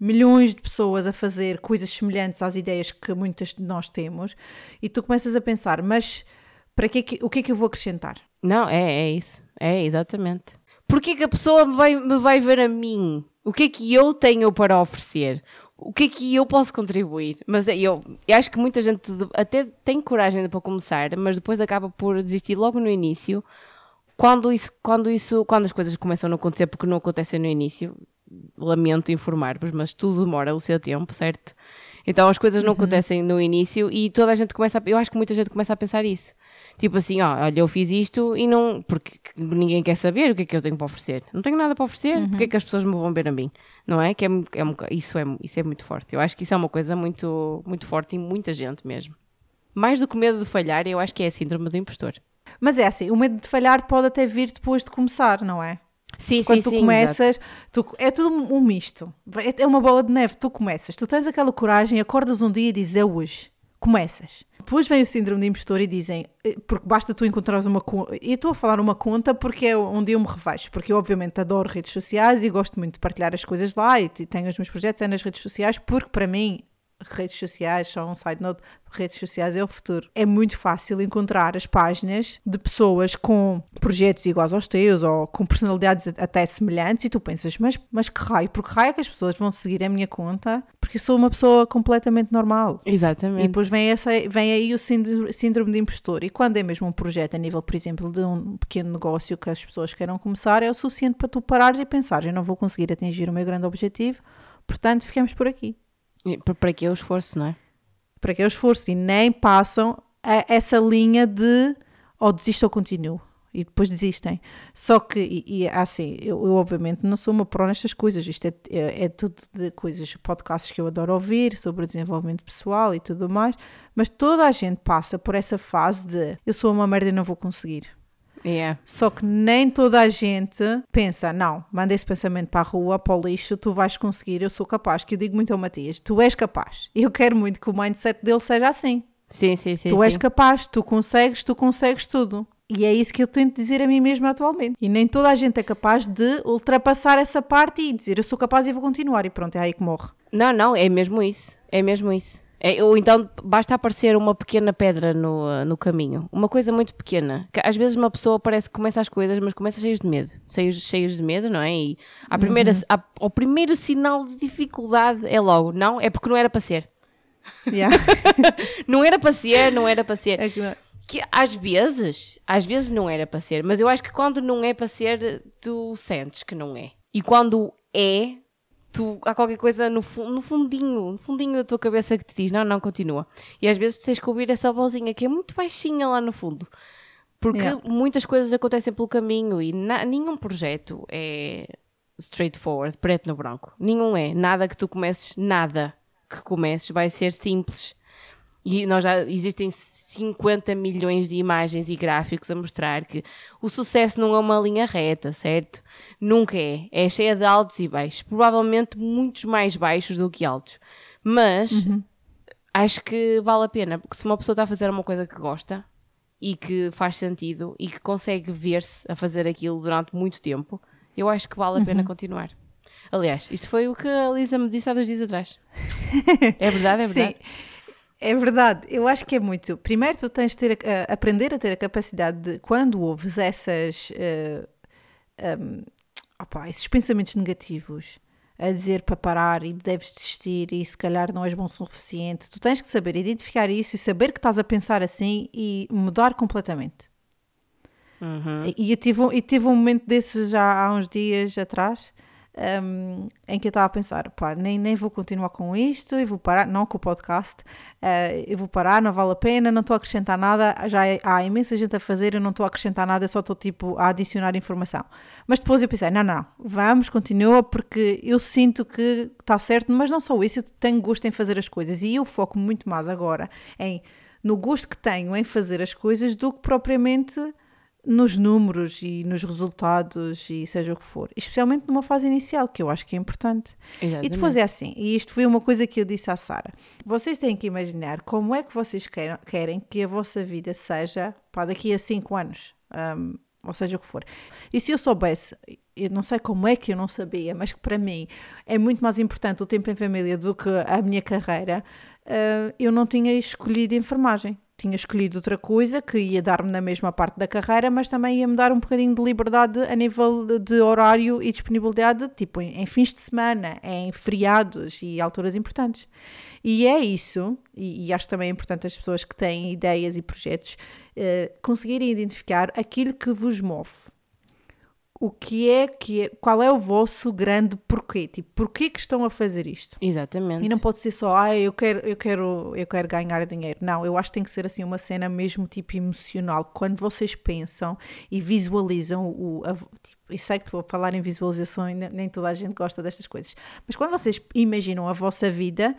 milhões de pessoas a fazer coisas semelhantes às ideias que muitas de nós temos, e tu começas a pensar, mas para que é que, o que é que eu vou acrescentar? Não, é, é isso. É, exatamente. Porquê que a pessoa me vai, me vai ver a mim? O que é que eu tenho para oferecer? O que é que eu posso contribuir? Mas eu, eu acho que muita gente até tem coragem para começar, mas depois acaba por desistir logo no início. Quando, isso, quando, isso, quando as coisas começam a não acontecer, porque não acontecem no início, lamento informar-vos, mas tudo demora o seu tempo, certo? Então as coisas não uhum. acontecem no início e toda a gente começa a, eu acho que muita gente começa a pensar isso. Tipo assim, ó, olha, eu fiz isto e não, porque ninguém quer saber o que é que eu tenho para oferecer. Não tenho nada para oferecer, uhum. porque é que as pessoas me vão ver a mim? Não é? Que é, é, isso, é, isso é muito forte. Eu acho que isso é uma coisa muito, muito forte em muita gente mesmo. Mais do que o medo de falhar, eu acho que é a síndrome do impostor. Mas é assim, o medo de falhar pode até vir depois de começar, não é? Sim, Quando sim, tu sim, começas, tu, é tudo um misto. É uma bola de neve, tu começas, tu tens aquela coragem, acordas um dia e dizes, é hoje. Começas. Depois vem o síndrome de impostor e dizem, porque basta tu encontrares uma conta, e estou a falar uma conta porque é onde eu me revejo, porque eu obviamente adoro redes sociais e gosto muito de partilhar as coisas lá e tenho os meus projetos é nas redes sociais, porque para mim redes sociais, só um side note, redes sociais é o futuro. É muito fácil encontrar as páginas de pessoas com projetos iguais aos teus ou com personalidades até semelhantes e tu pensas, mas, mas que raio, porque raio é que as pessoas vão seguir a minha conta? Porque eu sou uma pessoa completamente normal. Exatamente. E depois vem, essa, vem aí o síndrome de impostor. E quando é mesmo um projeto a nível, por exemplo, de um pequeno negócio que as pessoas queiram começar, é o suficiente para tu parares e pensares, eu não vou conseguir atingir o meu grande objetivo, portanto ficamos por aqui. Para que o esforço, não é? Para que o esforço e nem passam a essa linha de ou desisto ou continuo e depois desistem. Só que, e, e assim, eu, eu obviamente não sou uma pró nestas coisas, isto é, é, é tudo de coisas, podcasts que eu adoro ouvir sobre desenvolvimento pessoal e tudo mais, mas toda a gente passa por essa fase de eu sou uma merda e não vou conseguir. Yeah. Só que nem toda a gente pensa, não, manda esse pensamento para a rua, para o lixo, tu vais conseguir, eu sou capaz, que eu digo muito ao Matias, tu és capaz, eu quero muito que o mindset dele seja assim. Sim, sim, sim. Tu sim. és capaz, tu consegues, tu consegues tudo. E é isso que eu tento dizer a mim mesma atualmente. E nem toda a gente é capaz de ultrapassar essa parte e dizer, eu sou capaz e vou continuar, e pronto, é aí que morre. Não, não, é mesmo isso, é mesmo isso. É, ou então basta aparecer uma pequena pedra no, no caminho, uma coisa muito pequena, que às vezes uma pessoa parece que começa as coisas, mas começa cheios de medo, cheios, cheios de medo, não é? E a primeira, uhum. a, o primeiro sinal de dificuldade é logo, não, é porque não era para ser. Yeah. Não era para ser, não era para ser. É que, não. Que às vezes, às vezes não era para ser, mas eu acho que quando não é para ser, tu sentes que não é. E quando é... Tu, há qualquer coisa no, no fundinho, no fundinho da tua cabeça que te diz, não, não, continua. E às vezes tu tens que ouvir essa vozinha que é muito baixinha lá no fundo. Porque yeah. muitas coisas acontecem pelo caminho e na, nenhum projeto é straightforward, preto no branco. Nenhum é. Nada que tu comeces, nada que comeces vai ser simples. E nós já existem cinquenta milhões de imagens e gráficos a mostrar que o sucesso não é uma linha reta, certo? Nunca é. É cheia de altos e baixos. Provavelmente muitos mais baixos do que altos. Mas uhum. acho que vale a pena. Porque se uma pessoa está a fazer uma coisa que gosta e que faz sentido e que consegue ver-se a fazer aquilo durante muito tempo, eu acho que vale a pena uhum. continuar. Aliás, isto foi o que a Lisa me disse há dois dias atrás. É verdade, é verdade. Sim. É verdade, eu acho que é muito. Primeiro, tu tens de ter a, a, aprender a ter a capacidade de, quando ouves essas, uh, um, opa, esses pensamentos negativos, a dizer para parar e deves desistir e se calhar não és bom o suficiente, tu tens que saber identificar isso e saber que estás a pensar assim e mudar completamente. Uhum. E, e eu tive, eu tive um momento desses já há uns dias atrás. Um, em que eu estava a pensar, pá, nem, nem vou continuar com isto, eu vou parar, não com o podcast, uh, eu vou parar, não vale a pena, não estou a acrescentar nada, já é, há imensa gente a fazer, eu não estou a acrescentar nada, eu só estou tipo a adicionar informação. Mas depois eu pensei, não, não, vamos, continua, porque eu sinto que está certo, mas não só isso, eu tenho gosto em fazer as coisas e eu foco muito mais agora em, no gosto que tenho em fazer as coisas do que propriamente nos números e nos resultados e seja o que for, especialmente numa fase inicial, que eu acho que é importante. Exatamente. E depois é assim, e isto foi uma coisa que eu disse à Sara, vocês têm que imaginar como é que vocês queiram, querem que a vossa vida seja, pá, daqui a cinco anos. Um, ou seja o que for. E se eu soubesse, eu não sei como é que eu não sabia, mas que para mim é muito mais importante o tempo em família do que a minha carreira, uh, eu não tinha escolhido enfermagem. Tinha escolhido outra coisa que ia dar-me na mesma parte da carreira, mas também ia-me dar um bocadinho de liberdade a nível de horário e disponibilidade, tipo em, em fins de semana, em feriados e alturas importantes. E é isso, e, e acho também importante as pessoas que têm ideias e projetos eh, conseguirem identificar aquilo que vos move. O que é, que é, qual é o vosso grande porquê? Tipo, porquê que estão a fazer isto? Exatamente. E não pode ser só, ah, eu quero, eu quero, eu quero ganhar dinheiro. Não, eu acho que tem que ser assim uma cena mesmo tipo emocional. Quando vocês pensam e visualizam o... A, tipo, eu sei que estou a falar em visualização e nem toda a gente gosta destas coisas. Mas quando vocês imaginam a vossa vida,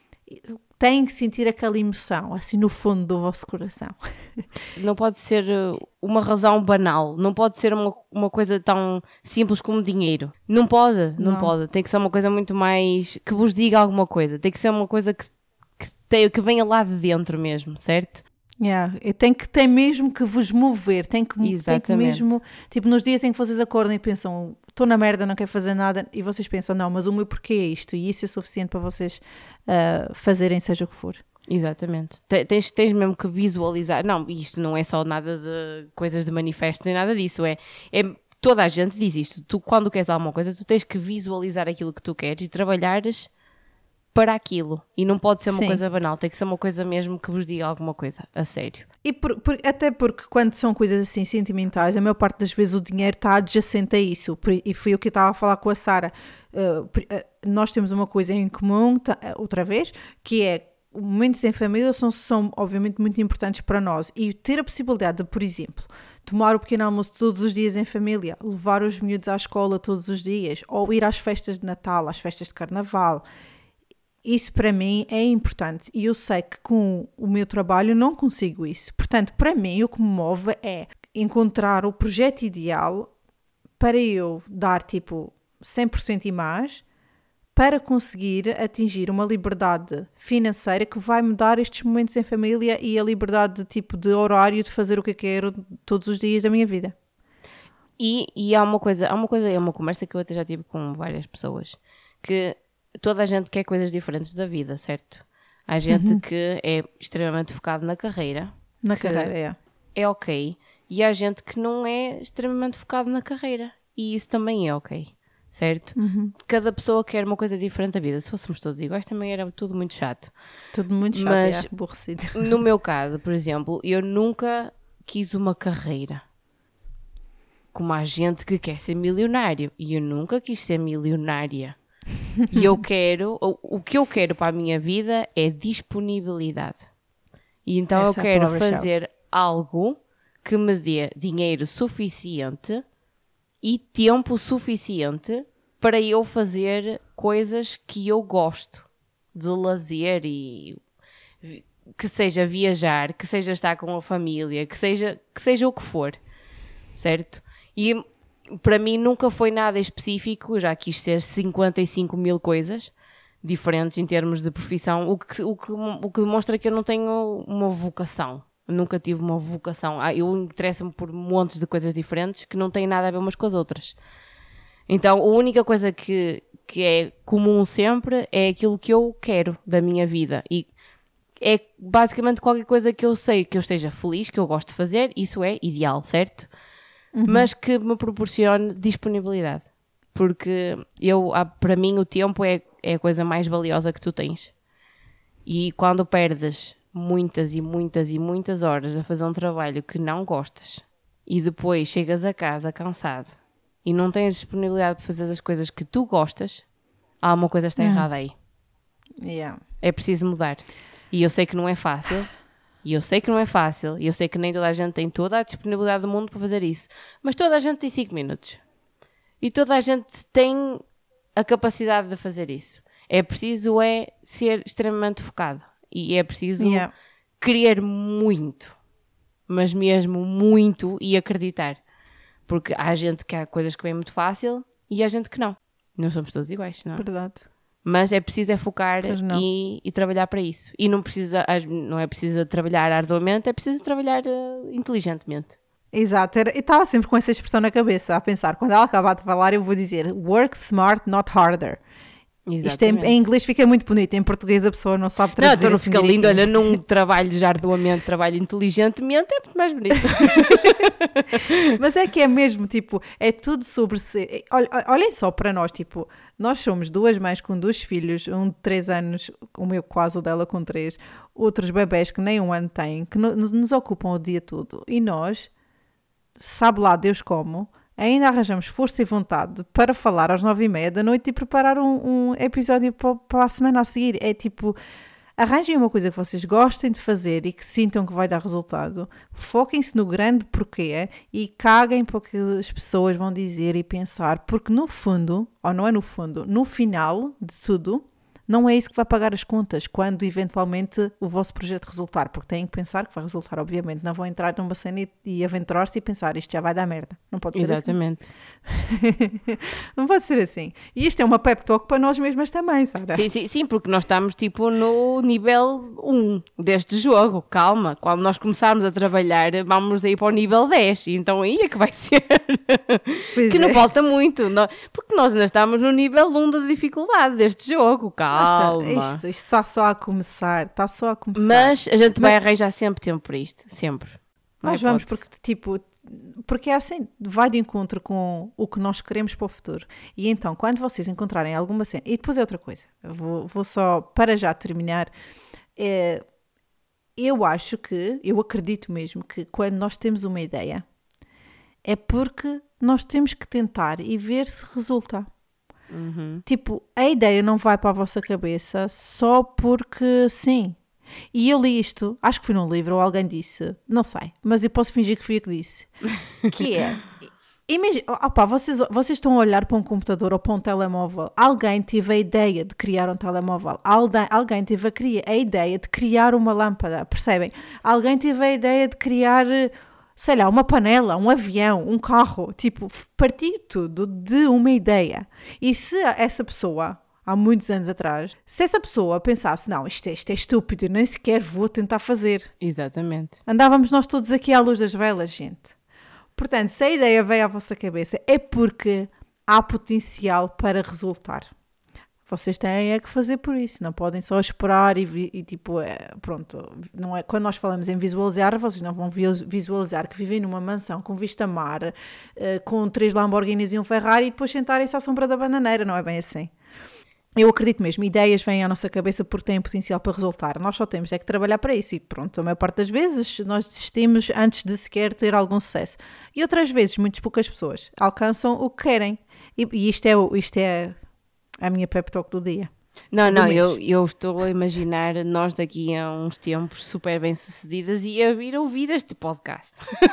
têm que sentir aquela emoção, assim no fundo do vosso coração. Não pode ser uma razão banal, não pode ser uma, uma coisa tão simples como dinheiro. Não pode, não, não pode. Tem que ser uma coisa muito mais, que vos diga alguma coisa. Tem que ser uma coisa que, que, tem, que venha lá de dentro mesmo, certo? Yeah. Tem que tem mesmo que vos mover, tem que, tem que mesmo, tipo nos dias em que vocês acordam e pensam, estou na merda, não quero fazer nada, e vocês pensam, não, mas o meu porquê é isto, e isso é suficiente para vocês uh, fazerem seja o que for. Exatamente, tens, tens mesmo que visualizar, não, isto não é só nada de coisas de manifesto, nem nada disso, é, é toda a gente diz isto, tu quando queres alguma coisa, tu tens que visualizar aquilo que tu queres e trabalhares para aquilo, e não pode ser uma Sim. coisa banal, tem que ser uma coisa mesmo que vos diga alguma coisa, a sério. E por, por, até porque quando são coisas assim sentimentais, a maior parte das vezes o dinheiro está adjacente a isso, e foi o que eu estava a falar com a Sara, uh, uh, nós temos uma coisa em comum, tá, outra vez, que é momentos em família são, são obviamente muito importantes para nós, e ter a possibilidade de, por exemplo, tomar o pequeno almoço todos os dias em família, levar os miúdos à escola todos os dias, ou ir às festas de Natal, às festas de Carnaval. Isso para mim é importante e eu sei que com o meu trabalho não consigo isso. Portanto, para mim o que me move é encontrar o projeto ideal para eu dar tipo cem por cento e mais para conseguir atingir uma liberdade financeira que vai me dar estes momentos em família e a liberdade de tipo de horário de fazer o que eu quero todos os dias da minha vida. E, e há uma coisa, há uma coisa, é uma conversa que eu até já tive com várias pessoas, que toda a gente quer coisas diferentes da vida, certo? Há gente uhum. que é extremamente focado na carreira. Na carreira, é. É ok. E há gente que não é extremamente focado na carreira. E isso também é ok, certo? Uhum. Cada pessoa quer uma coisa diferente da vida. Se fôssemos todos iguais também era tudo muito chato. Tudo muito chato, Mas, é aborrecido. No meu caso, por exemplo, eu nunca quis uma carreira. Como há gente que quer ser milionário. E eu nunca quis ser milionária. E eu quero, o, o que eu quero para a minha vida é disponibilidade. E então Essa eu quero é fazer algo que me dê dinheiro suficiente e tempo suficiente para eu fazer coisas que eu gosto de lazer e que seja viajar, que seja estar com a família, que seja, que seja o que for, certo? E para mim nunca foi nada específico, eu já quis ser cinquenta e cinco mil coisas diferentes em termos de profissão, o que, o que, o que demonstra que eu não tenho uma vocação, eu nunca tive uma vocação, eu interesso-me por montes de coisas diferentes que não têm nada a ver umas com as outras. Então a única coisa que, que é comum sempre é aquilo que eu quero da minha vida e é basicamente qualquer coisa que eu sei que eu esteja feliz, que eu gosto de fazer, isso é ideal, certo? Uhum. Mas que me proporcione disponibilidade, porque eu, para mim o tempo é, é a coisa mais valiosa que tu tens, e quando perdes muitas e muitas e muitas horas a fazer um trabalho que não gostas e depois chegas a casa cansado e não tens disponibilidade para fazer as coisas que tu gostas, alguma coisa está uhum. errada aí. Yeah. É preciso mudar, e eu sei que não é fácil. E eu sei que não é fácil, e eu sei que nem toda a gente tem toda a disponibilidade do mundo para fazer isso, mas toda a gente tem cinco minutos. E toda a gente tem a capacidade de fazer isso. É preciso é ser extremamente focado. E é preciso yeah. querer muito, mas mesmo muito, e acreditar. Porque há gente que há coisas que vêm muito fácil e há gente que não. Não somos todos iguais, não é? Verdade. Mas é preciso é focar e, e trabalhar para isso. E não, precisa, não é preciso trabalhar arduamente, é preciso trabalhar uh, inteligentemente. Exato, era, eu estava sempre com essa expressão na cabeça, a pensar, quando ela acabar de falar eu vou dizer work smart, not harder. Exatamente. Isto em, em inglês fica muito bonito, em português a pessoa não sabe traduzir. Não, então não assim fica lindo, direitinho. olha, num trabalho arduamente, trabalho inteligentemente, é muito mais bonito. Mas é que é mesmo, tipo, é tudo sobre ser. Olha, olhem só para nós, tipo, nós somos duas mães com dois filhos, um de três anos, o meu quase, o dela com três, outros bebés que nem um ano têm, que no, nos, nos ocupam o dia todo. E nós, sabe lá Deus como, ainda arranjamos força e vontade para falar às nove e meia da noite e preparar um, um episódio para, para a semana a seguir. É tipo, arranjem uma coisa que vocês gostem de fazer e que sintam que vai dar resultado. Foquem-se no grande porquê e caguem para o que as pessoas vão dizer e pensar, porque no fundo, ou não é no fundo, no final de tudo, não é isso que vai pagar as contas quando eventualmente o vosso projeto resultar, porque têm que pensar que vai resultar, obviamente. Não vão entrar numa cena e, e aventurar-se e pensar, isto já vai dar merda. Não pode ser Exatamente. assim. Não pode ser assim. E isto é uma pep talk para nós mesmas também, Sara. Sim, sim, sim, porque nós estamos tipo no nível um deste jogo, calma, quando nós começarmos a trabalhar vamos aí para o nível dez, e então aí é que vai ser, Pois que não é. falta muito, não- porque nós ainda estamos no nível um da dificuldade deste jogo, calma. Isto, isto está só a começar, está só a começar. Mas a gente vai arranjar sempre tempo para isto, sempre. Não Nós é vamos hipótese. porque, tipo, porque é assim, vai de encontro com o que nós queremos para o futuro. E então, quando vocês encontrarem alguma cena, e depois é outra coisa, vou, vou só, para já terminar, é, eu acho que, eu acredito mesmo que quando nós temos uma ideia, é porque nós temos que tentar e ver se resulta. Uhum. Tipo, a ideia não vai para a vossa cabeça só porque sim. E eu li isto, acho que foi num livro ou alguém disse, não sei, mas eu posso fingir que fui eu que disse, que é, imagina, opa, vocês, vocês estão a olhar para um computador ou para um telemóvel, alguém teve a ideia de criar um telemóvel, alguém, alguém teve a, cria, a ideia de criar uma lâmpada, percebem? Alguém teve a ideia de criar, sei lá, uma panela, um avião, um carro, tipo, partiu tudo de uma ideia. E se essa pessoa, há muitos anos atrás, se essa pessoa pensasse, não, isto é, isto é estúpido, eu nem sequer vou tentar fazer. Exatamente. Andávamos nós todos aqui à luz das velas, gente. Portanto, se a ideia veio à vossa cabeça, é porque há potencial para resultar. Vocês têm é que fazer por isso, não podem só esperar e, vi- e tipo, é, pronto, não é, quando nós falamos em visualizar, vocês não vão vi- visualizar que vivem numa mansão com vista a mar, eh, com três Lamborghinis e um Ferrari e depois sentarem-se à sombra da bananeira, não é bem assim. Eu acredito mesmo, ideias vêm à nossa cabeça porque têm potencial para resultar. Nós só temos é que trabalhar para isso e pronto, a maior parte das vezes nós desistimos antes de sequer ter algum sucesso. E outras vezes, muito poucas pessoas alcançam o que querem. E, e isto, é, o- isto é a minha pep talk do dia. Não, Do não, mês. eu, eu estou a imaginar nós daqui a uns tempos super bem-sucedidas e a vir ouvir este podcast.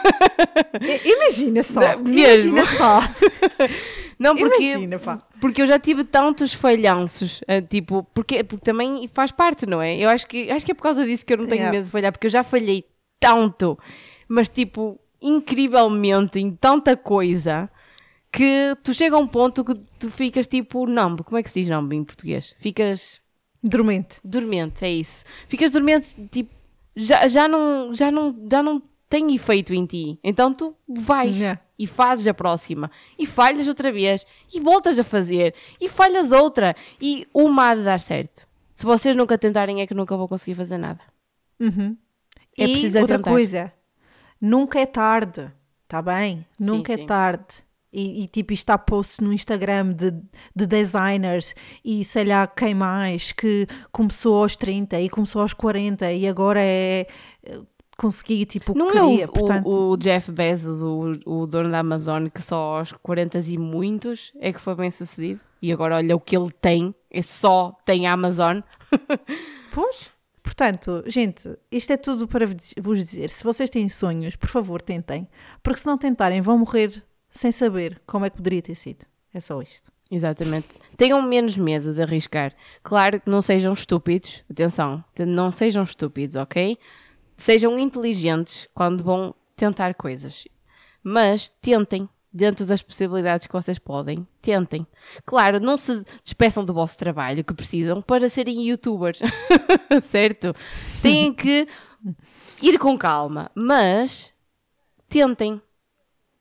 I- Imagina só, Não, mesmo. imagina só. Não, porque, Imagina, pá. porque eu já tive tantos falhanços, eh, tipo, porque, porque também faz parte, não é? Eu acho que, acho que é por causa disso que eu não tenho Yeah. medo de falhar, porque eu já falhei tanto, mas tipo, incrivelmente em tanta coisa, que tu chega a um ponto que tu ficas tipo, não, como é que se diz não em português? Ficas Dormente. dormente, é isso. Ficas dormente, tipo, já, já, não, já, não, já não tem efeito em ti. Então tu vais Yeah. e fazes a próxima. E falhas outra vez. E voltas a fazer. E falhas outra. E uma há de dar certo. Se vocês nunca tentarem é que nunca vou conseguir fazer nada. Uhum. É e preciso outra tentar. coisa, nunca é tarde, tá bem? Sim, Nunca sim. é tarde. E, e tipo, isto há posts no Instagram de, de designers e sei lá quem mais que começou aos trinta e começou aos quarenta e agora é é, conseguir tipo o Não que é o, queria. o- Portanto, o Jeff Bezos, o, o dono da Amazon, que só aos quarenta e muitos é que foi bem sucedido. E agora olha o que ele tem. É só tem a Amazon. pois, portanto, gente, isto é tudo para vos dizer. Se vocês têm sonhos, por favor, tentem. Porque se não tentarem, vão morrer sem saber como é que poderia ter sido. É só isto. Exatamente. Tenham menos medo de arriscar. Claro que não sejam estúpidos. Atenção, não sejam estúpidos, ok? Sejam inteligentes quando vão tentar coisas. Mas tentem, dentro das possibilidades que vocês podem, tentem. Claro, não se despeçam do vosso trabalho que precisam para serem youtubers, certo? Têm que ir com calma, mas tentem.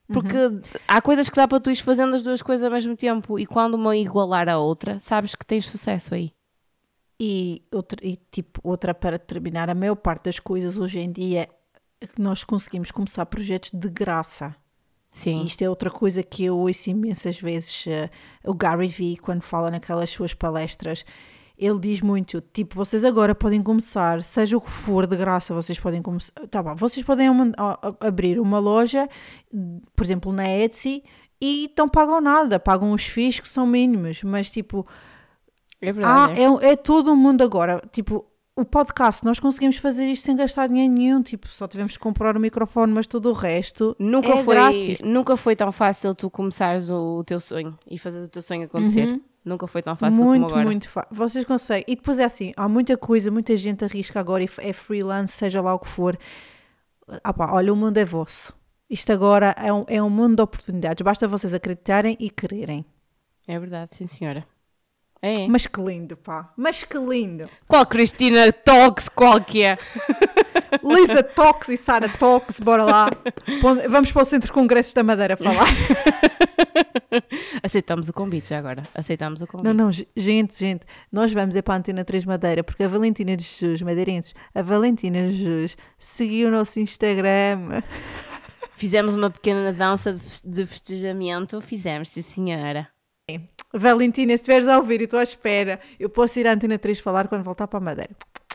Porque uhum. há coisas que dá para tu ir fazendo as duas coisas ao mesmo tempo e quando uma igualar a outra, sabes que tens sucesso aí. E outra, e, tipo, outra para terminar, a maior parte das coisas hoje em dia é que nós conseguimos começar projetos de graça. Sim. E isto é outra coisa que eu ouço imensas vezes, uh, o Gary Vee, quando fala naquelas suas palestras, ele diz muito, tipo, vocês agora podem começar, seja o que for de graça, vocês podem começar, tá bom, vocês podem uma, a, abrir uma loja, por exemplo, na Etsy, e não pagam nada, pagam os fees que são mínimos, mas tipo, é verdade, ah, é, é todo o mundo agora, tipo, o podcast, nós conseguimos fazer isto sem gastar dinheiro nenhum, tipo, só tivemos que comprar o microfone, mas todo o resto nunca é foi, grátis. Nunca foi tão fácil tu começares o, o teu sonho e fazeres o teu sonho acontecer. Uhum. Nunca foi tão fácil muito, como agora. Muito, muito fácil. Vocês conseguem. E depois é assim, há muita coisa, muita gente arrisca agora e é freelance, seja lá o que for. Ah pá, olha, o mundo é vosso. Isto agora é um, é um mundo de oportunidades. Basta vocês acreditarem e quererem. É verdade, sim senhora. É. Mas que lindo, pá. Mas que lindo. Qual Cristina Talks qualquer? Lisa Talks e Sara Talks, bora lá. Vamos para o Centro de Congressos da Madeira falar. Aceitamos o convite já agora. Aceitamos o convite. Não, não, gente, gente. Nós vamos é para a Antena três Madeira, porque a Valentina de Jesus, madeirenses, a Valentina de Jesus seguiu o nosso Instagram. Fizemos uma pequena dança de festejamento. Fizemos, sim senhora. Valentina, se estiveres a ouvir e estou à espera, eu posso ir à Antena três falar quando voltar para a Madeira.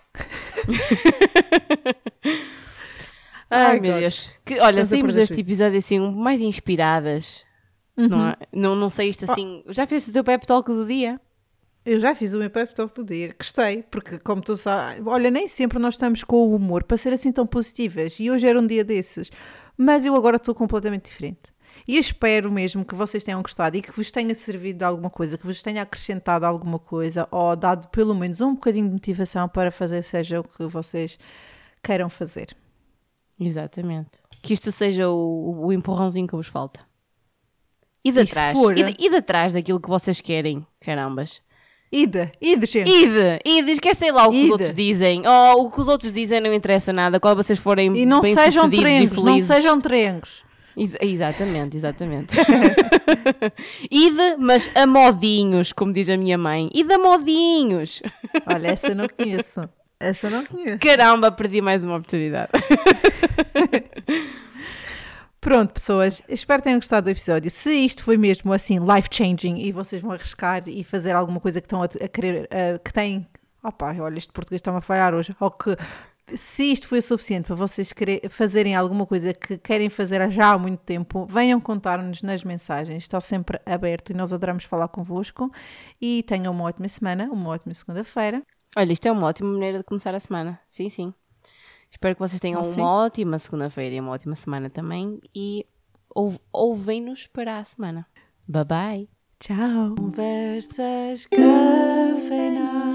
Ai, Ai meu God. Deus. Que, olha, saímos deste episódio assim mais inspiradas. Uhum. Não, é? não, não saíste assim... Oh. Já fizeste o teu pep talk do dia? Eu já fiz o meu pep talk do dia. Gostei, porque como tu sabes... Olha, nem sempre nós estamos com o humor para ser assim tão positivas. E hoje era um dia desses. Mas eu agora estou completamente diferente. E eu espero mesmo que vocês tenham gostado e que vos tenha servido de alguma coisa, que vos tenha acrescentado alguma coisa ou dado pelo menos um bocadinho de motivação para fazer seja o que vocês queiram fazer. Exatamente. Que isto seja o, o empurrãozinho que vos falta. E de atrás, for... e, de, e de atrás daquilo que vocês querem, carambas. Ide, ide, gente. Ide, ide, esquecem lá o que ide. Os outros dizem. Oh, o que os outros dizem não interessa nada. Quando vocês forem e não bem sejam sucedidos trengos, e felizes. Não sejam trengos. Ex- exatamente, exatamente. Ide, mas a modinhos, como diz a minha mãe. Ide a modinhos. Olha, essa eu não conheço. Essa eu não conheço. Caramba, perdi mais uma oportunidade. Pronto, pessoas, espero que tenham gostado do episódio. Se isto foi mesmo assim life-changing e vocês vão arriscar e fazer alguma coisa que estão a, a querer, uh, que têm... Opá, olha, este português está-me a falhar hoje. Ou que, se isto foi o suficiente para vocês querer, fazerem alguma coisa que querem fazer já há muito tempo, venham contar-nos nas mensagens. Está sempre aberto e nós adoramos falar convosco. E tenham uma ótima semana, uma ótima segunda-feira. Olha, isto é uma ótima maneira de começar a semana. Sim, sim. Espero que vocês tenham assim? uma ótima segunda-feira e uma ótima semana também. E ou, ouvem-nos para a semana. Bye bye. Tchau. Conversas cafeinadas.